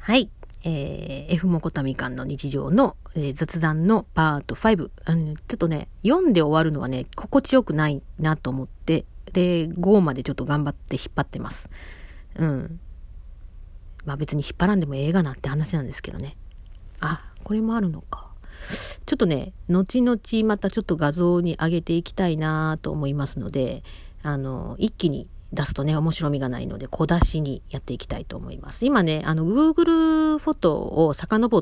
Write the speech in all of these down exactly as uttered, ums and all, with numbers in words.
はい。えー、F モコタミカンの日常の、えー、雑談のパートご。あの、ちょっとね、読んで終わるのはね、心地よくないなと思って、で、ごまでちょっと頑張って引っ張ってます。うん。まあ別に引っ張らんでもええがなって話なんですけどね。あ、これもあるのか。ちょっとね、後々またちょっと画像に上げていきたいなと思いますので、あの、一気に出すとね、面白みがないので、小出しにやっていきたいと思います。今ね、あの、Google フォトを遡って、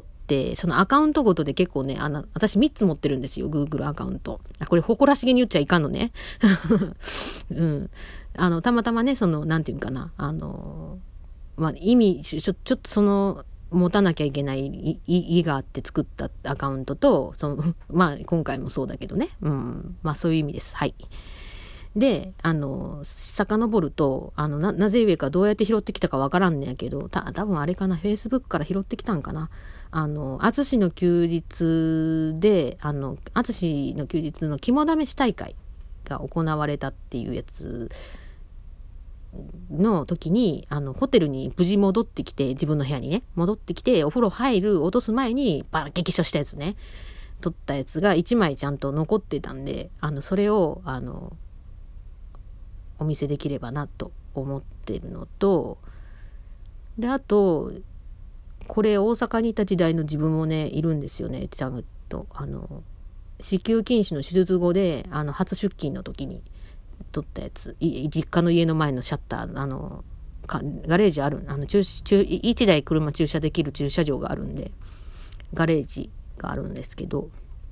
そのアカウントごとで結構ね、あの、私みっつ持ってるんですよ、Google アカウント。あ、これ誇らしげに言っちゃいかんのね。うん。あの、たまたまね、その、なんていうかな、あの、まあ、意味、ちょ、ちょっとその、持たなきゃいけない意義があって作ったアカウントと、その、まあ、今回もそうだけどね。うん。まあ、そういう意味です。はい。で、あの、遡ると、あの、な、なぜ上かどうやって拾ってきたかわからんねやけど、た、多分あれかな、Facebook から拾ってきたんかな。あの、あつしの休日で、あの、あつしの休日の肝試し大会が行われたっていうやつの時に、あの、ホテルに無事戻ってきて、自分の部屋にね、戻ってきて、お風呂入る、落とす前に、バー激写したやつね、撮ったやつがいちまいちゃんと残ってたんで、あの、それを、あの、お見せできればなと思ってるのと、で、あと、これ大阪にいた時代の自分もね、いるんですよね、ちゃんと。あの、子宮筋腫の手術後で、あの、初出勤の時に撮ったやつ、実家の家の前のシャッター、あの、ガレージある、あの、駐、駐、いちだい車駐車できる駐車場があるんで、ガレージがあるんですけど、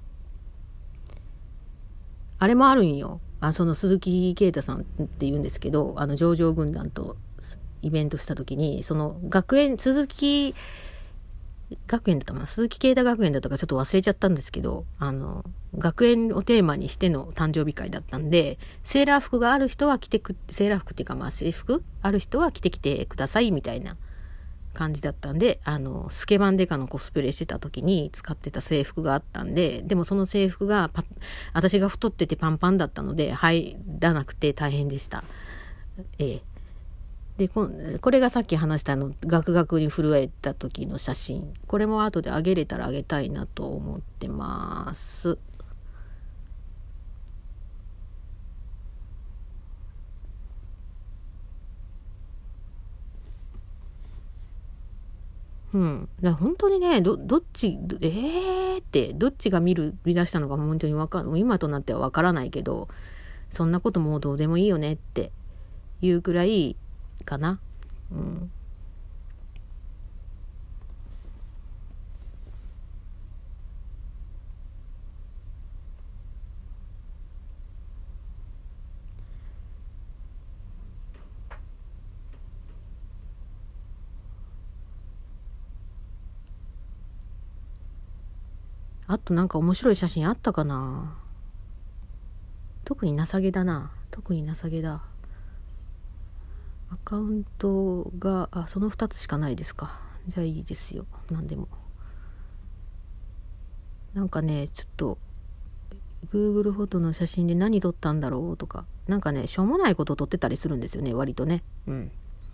あれもあるんよ。あ、その鈴木啓太さんって言うんですけど、あの上場軍団とイベントした時に、その学園、鈴木学園だったかな、鈴木啓太学園だったかちょっと忘れちゃったんですけど、あの、学園をテーマにしての誕生日会だったんで、セーラー服がある人は着てく、セーラー服っていうかまあ制服ある人は着てきてくださいみたいな感じだったんで、あの、スケバンデカのコスプレしてた時に使ってた制服があったんで、でもその制服がパ私が太っててパンパンだったので入らなくて大変でした。ええ。で、ここれがさっき話したあの、ガクガクに震えた時の写真。これも後で上げれたら上げたいなと思ってます。うん。だから本当にね、ど、どっち、えーって、どっちが見る、見出したのか本当にわかる、今となってはわからないけど、そんなこともうどうでもいいよねっていうくらいかな。うん。あとなんか面白い写真あったかな。特に情けだな。特に情けだ。アカウントが、あ、そのふたつしかないですか。じゃあいいですよ。なんでも。なんかね、ちょっと、Google フォトの写真で何撮ったんだろうとか、なんかね、しょうもないこと撮ってたりするんですよね、割とね。うん。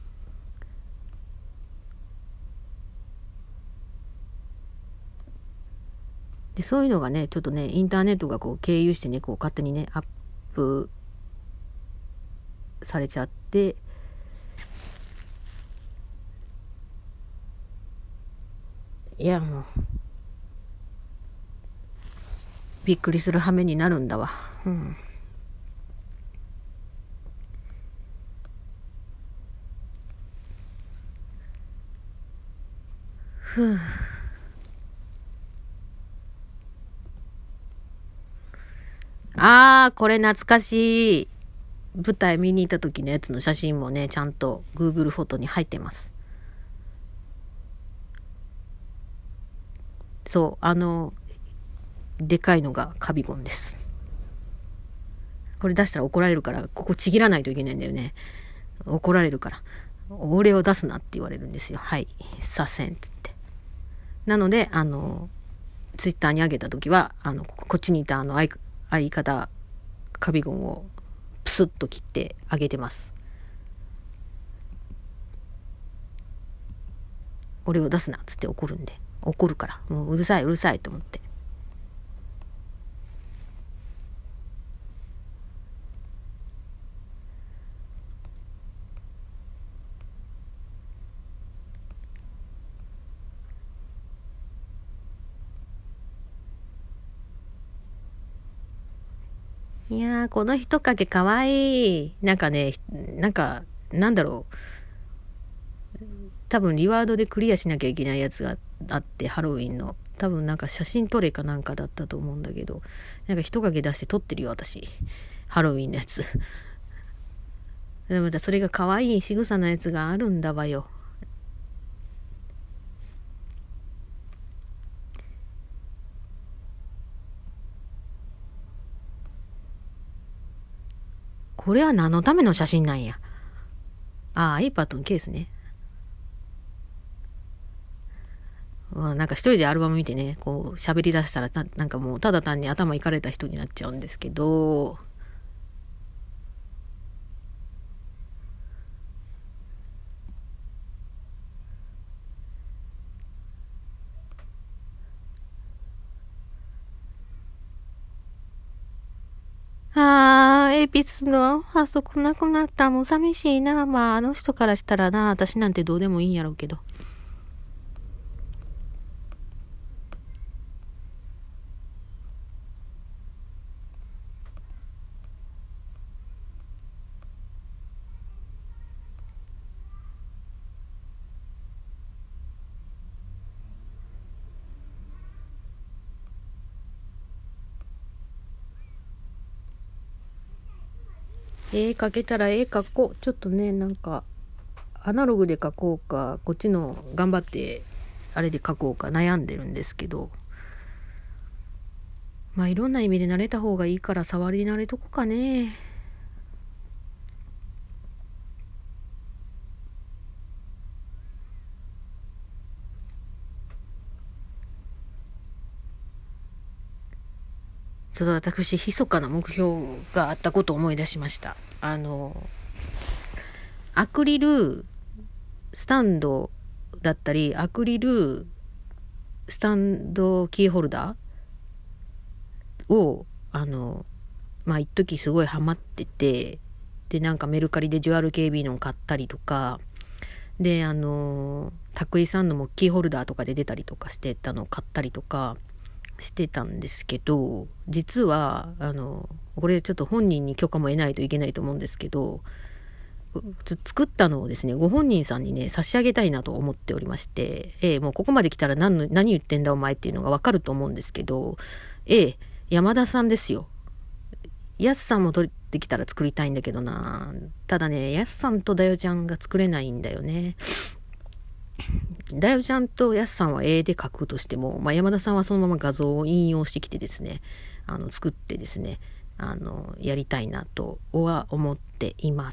で、そういうのがね、ちょっとね、インターネットがこう経由してね、こう勝手にね、アップされちゃって、いやもう、びっくりする羽目になるんだわ。うん。ふぅ。あー、これ懐かしい。舞台見に行った時のやつの写真もね、ちゃんと Google フォトに入ってます。そう、あの、でかいのがカビゴンです。これ出したら怒られるから、ここちぎらないといけないんだよね。怒られるから。俺を出すなって言われるんですよ。はい。させんって言って。なので、あの、ツイッターに上げた時は、あの、こっちにいたあの相、相方、カビゴンをプスッと切ってあげてます。 俺を出すなっつって怒るんで、怒るから、もううるさいうるさいと思って。いやー、この人影かわいい。なんかね、なんか、なんだろう。多分リワードでクリアしなきゃいけないやつがあって、ハロウィンの。多分なんか写真撮れかなんかだったと思うんだけど、なんか人影出して撮ってるよ、私。ハロウィンのやつ。でもまたそれが可愛い仕草のやつがあるんだわよ。これは何のための写真なんや。ああ、iPad のケースね。まあ、なんか一人でアルバム見てね、こう喋り出したらな、なんかもうただ単に頭いかれた人になっちゃうんですけど、ああ、エピスのあそこなくなった。もう寂しいな。まあ、あの人からしたらな、私なんてどうでもいいんやろうけど。絵描けたら絵描こう。ちょっとね、なんか、アナログで描こうか、こっちの頑張って、あれで描こうか悩んでるんですけど。まあ、いろんな意味で慣れた方がいいから、触り慣れとこかね。ちょっと私、密かな目標があったことを思い出しました。あの、アクリルスタンドだったり、アクリルスタンドキーホルダーを、あの、まあ、一時すごいハマってて、で、なんかメルカリでジュアル ケービー の買ったりとか、で、あの、タクイさんのもキーホルダーとかで出たりとかしてたのを買ったりとかしてたんですけど、実は、あの、これちょっと本人に許可も得ないといけないと思うんですけど、ちょ作ったのをですね、ご本人さんにね、差し上げたいなと思っておりまして、ええ、もうここまで来たら何の、何言ってんだお前っていうのがわかると思うんですけど、ええ、山田さんですよ。やすさんも取ってきたら作りたいんだけどな。ただね、やすさんとだよちゃんが作れないんだよね。だよちゃんとやすさんは絵で描くとしても、まあ、山田さんはそのまま画像を引用してきてですね、あの、作ってですね、あの、やりたいなとは思っています。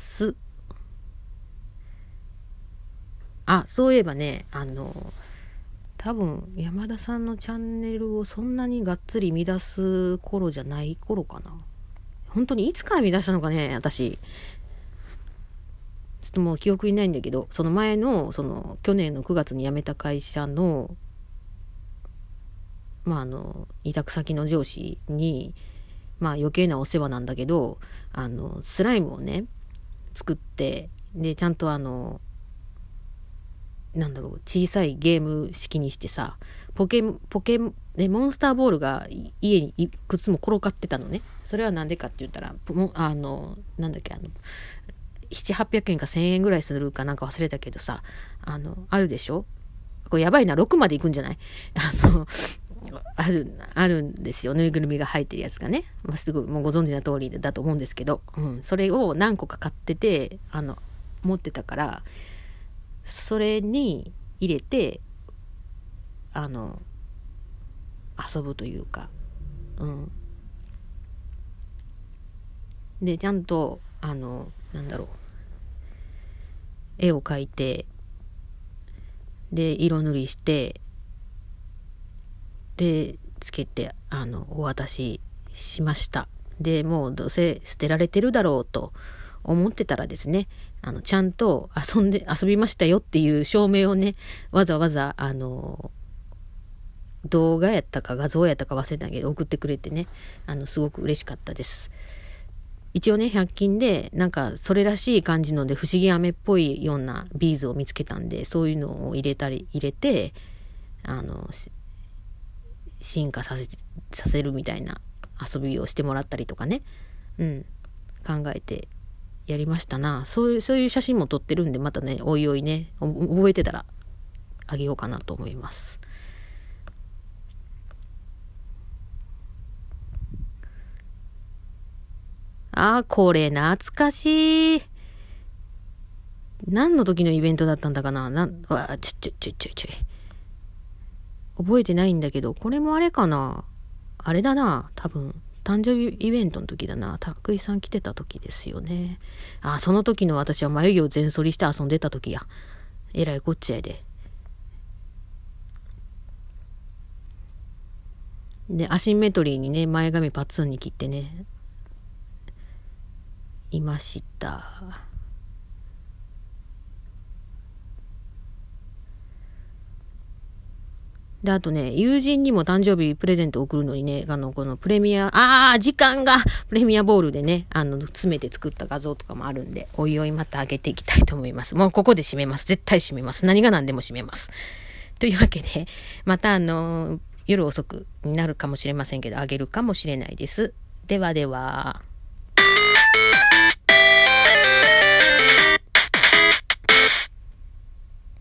あ、そういえばね、あの、多分山田さんのチャンネルをそんなにがっつり見出す頃じゃない頃かな。本当にいつから見出したのかね、私。ちょっともう記憶にないんだけど、その前の、その去年のくがつに辞めた会社の、まああの、委託先の上司に、まあ余計なお世話なんだけど、あの、スライムをね、作って、で、ちゃんとあの、なんだろう、小さいゲーム式にしてさ、ポケ、ポケ、ね、モンスターボールが家にいくつも転がってたのね。それはなんでかって言ったら、もあの、なんだっけ、あの、ななひゃくはっぴゃくえんかせんえんぐらいするかなんか忘れたけどさ、あの、あるでしょ？これやばいな、ろくまで行くんじゃない？あの、ある、あるんですよ。ぬいぐるみが入ってるやつがね。まあ、すぐ、もうご存知の通りだと思うんですけど、うん。それを何個か買ってて、あの、持ってたから、それに入れて、あの、遊ぶというか、うん。で、ちゃんと、あの、なんだろう、絵を描いて、で、色塗りして、で、つけて、あの、お渡ししました。で、もうどうせ捨てられてるだろうと思ってたらですね、 あの、ちゃんと遊んで、遊びましたよっていう証明をね、わざわざ、あの、動画やったか画像やったか忘れたけど送ってくれてね、あの、すごく嬉しかったです。一応ね、ひゃく均で、なんか、それらしい感じので、不思議飴っぽいようなビーズを見つけたんで、そういうのを入れたり、入れて、あの、進化させ、させるみたいな遊びをしてもらったりとかね、うん、考えてやりましたな。そういう、そういう写真も撮ってるんで、またね、おいおいね、覚えてたらあげようかなと思います。あー、これ懐かしい。何の時のイベントだったんだかな。なん、わ、ちょちょちょちょちょい。覚えてないんだけど、これもあれかな。あれだな、多分。誕生日イベントの時だな。たくいさん来てた時ですよね。あ、その時の私は眉毛を全剃りして遊んでた時や。えらいこっちゃいで。で、アシンメトリーにね、前髪パツンに切ってね、いました。で、あとね、友人にも誕生日プレゼントを送るのにね、あの、このプレミア、あー、時間が、プレミアボールでね、あの、詰めて作った画像とかもあるんで、おいおいまた上げていきたいと思います。もうここで締めます。絶対締めます。何が何でも締めます。というわけで、またあの、夜遅くになるかもしれませんけど、上げるかもしれないです。ではでは。